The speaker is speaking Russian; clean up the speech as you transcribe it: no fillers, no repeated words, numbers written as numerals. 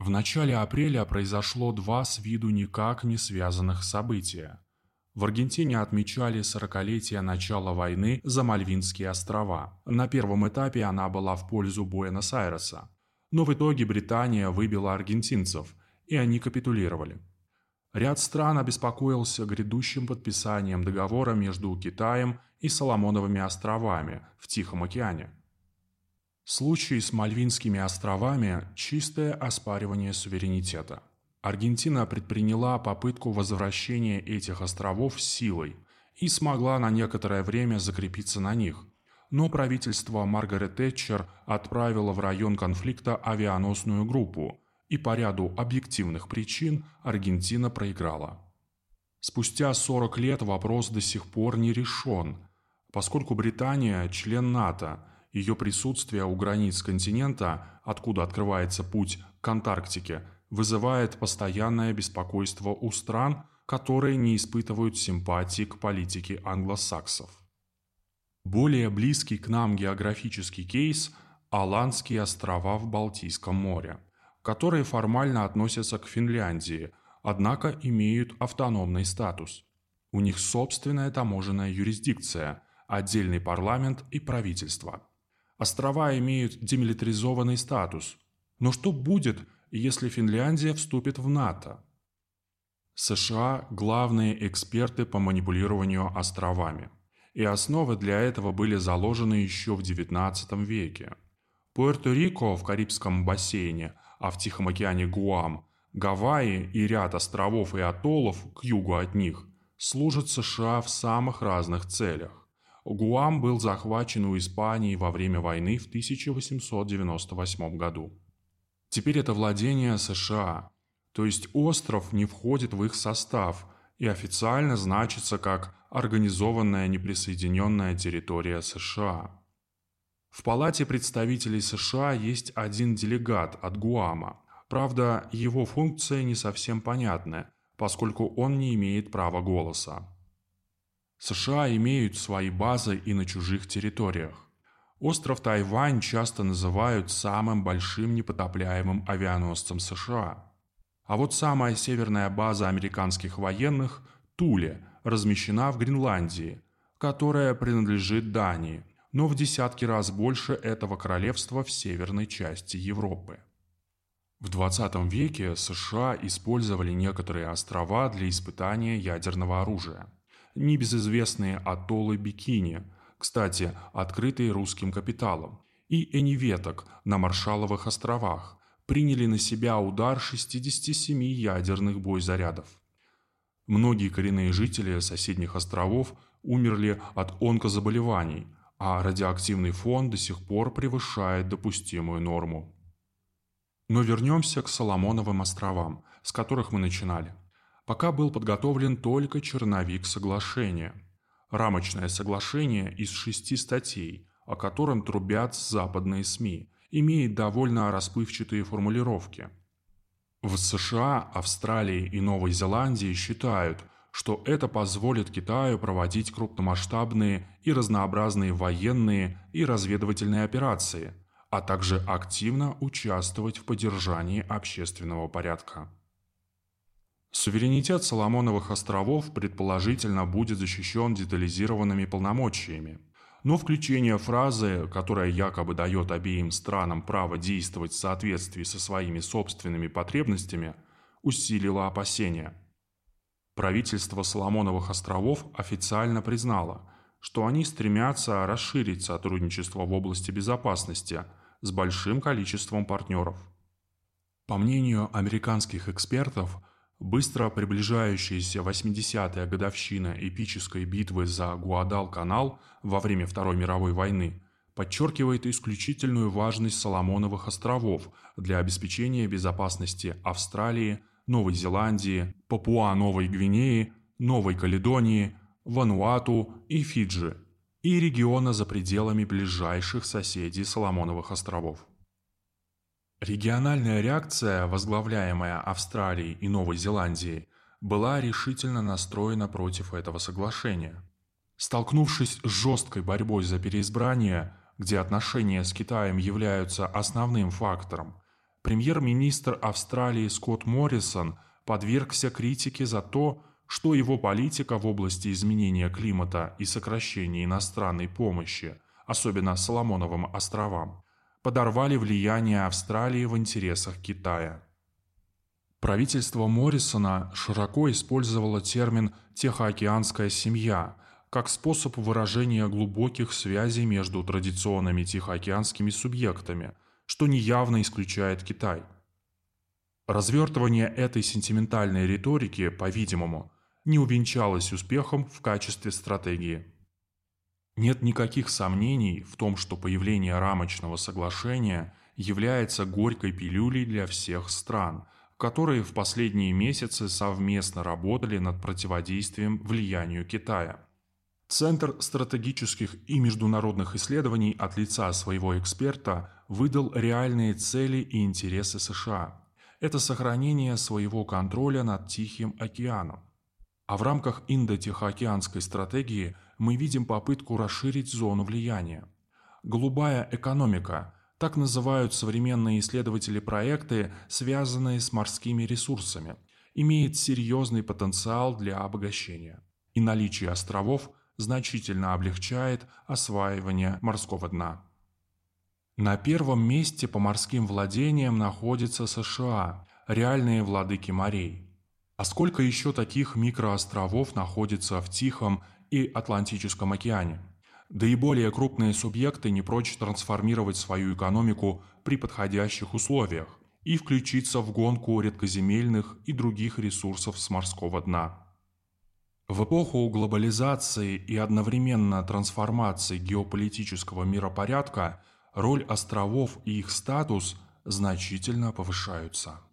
В начале апреля произошло два с виду никак не связанных события. В Аргентине отмечали 40-летие начала войны за Мальвинские острова. На первом этапе она была в пользу Буэнос-Айреса. Но в итоге Британия выбила аргентинцев, и они капитулировали. Ряд стран обеспокоился грядущим подписанием договора между Китаем и Соломоновыми островами в Тихом океане. Случай с Мальвинскими островами – чистое оспаривание суверенитета. Аргентина предприняла попытку возвращения этих островов силой и смогла на некоторое время закрепиться на них, но правительство Маргарет Тэтчер отправило в район конфликта авианосную группу, и по ряду объективных причин Аргентина проиграла. Спустя 40 лет вопрос до сих пор не решен, поскольку Британия – член НАТО, ее присутствие у границ континента, откуда открывается путь к Антарктике, вызывает постоянное беспокойство у стран, которые не испытывают симпатии к политике англосаксов. Более близкий к нам географический кейс – Аландские острова в Балтийском море, которые формально относятся к Финляндии, однако имеют автономный статус. У них собственная таможенная юрисдикция, отдельный парламент и правительство. Острова имеют демилитаризованный статус. Но что будет, если Финляндия вступит в НАТО? США – главные эксперты по манипулированию островами, и основы для этого были заложены еще в XIX веке. Пуэрто-Рико в Карибском бассейне, а в Тихом океане Гуам, Гавайи и ряд островов и атоллов к югу от них служат США в самых разных целях. Гуам был захвачен у Испании во время войны в 1898 году. Теперь это владение США, то есть остров не входит в их состав и официально значится как организованная неприсоединенная территория США. В Палате представителей США есть один делегат от Гуама. Правда, его функция не совсем понятна, поскольку он не имеет права голоса. США имеют свои базы и на чужих территориях. Остров Тайвань часто называют самым большим непотопляемым авианосцем США. А вот самая северная база американских военных, Туле, размещена в Гренландии, которая принадлежит Дании, но в десятки раз больше этого королевства в северной части Европы. В 20 веке США использовали некоторые острова для испытания ядерного оружия. Небезызвестные атоллы Бикини, кстати, открытые русским капиталом, и Эневеток на Маршалловых островах, приняли на себя удар 67 ядерных боезарядов. Многие коренные жители соседних островов умерли от онкозаболеваний, а радиоактивный фон до сих пор превышает допустимую норму. Но вернемся к Соломоновым островам, с которых мы начинали. Пока был подготовлен только черновик соглашения. Рамочное соглашение из 6 статей, о котором трубят западные СМИ, имеет довольно расплывчатые формулировки. В США, Австралии и Новой Зеландии считают, что это позволит Китаю проводить крупномасштабные и разнообразные военные и разведывательные операции, а также активно участвовать в поддержании общественного порядка. Суверенитет Соломоновых островов предположительно будет защищен детализированными полномочиями, но включение фразы, которая якобы дает обеим странам право действовать в соответствии со своими собственными потребностями, усилило опасения. Правительство Соломоновых островов официально признало, что они стремятся расширить сотрудничество в области безопасности с большим количеством партнеров. По мнению американских экспертов, быстро приближающаяся 80-я годовщина эпической битвы за Гуадалканал во время Второй мировой войны подчеркивает исключительную важность Соломоновых островов для обеспечения безопасности Австралии, Новой Зеландии, Папуа-Новой Гвинеи, Новой Каледонии, Вануату и Фиджи и региона за пределами ближайших соседей Соломоновых островов. Региональная реакция, возглавляемая Австралией и Новой Зеландией, была решительно настроена против этого соглашения. Столкнувшись с жесткой борьбой за переизбрание, где отношения с Китаем являются основным фактором, Премьер-министр Австралии Скотт Моррисон подвергся критике за то, что его политика в области изменения климата и сокращения иностранной помощи, особенно Соломоновым островам, подорвали влияние Австралии в интересах Китая. Правительство Моррисона широко использовало термин «тихоокеанская семья» как способ выражения глубоких связей между традиционными тихоокеанскими субъектами, что неявно исключает Китай. Развертывание этой сентиментальной риторики, по-видимому, не увенчалось успехом в качестве стратегии. Нет никаких сомнений в том, что появление рамочного соглашения является горькой пилюлей для всех стран, которые в последние месяцы совместно работали над противодействием влиянию Китая. Центр стратегических и международных исследований от лица своего эксперта выдал реальные цели и интересы США. Это сохранение своего контроля над Тихим океаном. А в рамках Индо-Тихоокеанской стратегии мы видим попытку расширить зону влияния. Голубая экономика – так называют современные исследователи проекты, связанные с морскими ресурсами, имеет серьезный потенциал для обогащения. И наличие островов значительно облегчает осваивание морского дна. На первом месте по морским владениям находится США, реальные владыки морей. А сколько еще таких микроостровов находится в Тихом и Атлантическом океане? Да и более крупные субъекты не прочь трансформировать свою экономику при подходящих условиях и включиться в гонку редкоземельных и других ресурсов с морского дна. В эпоху глобализации и одновременно трансформации геополитического миропорядка роль островов и их статус значительно повышаются.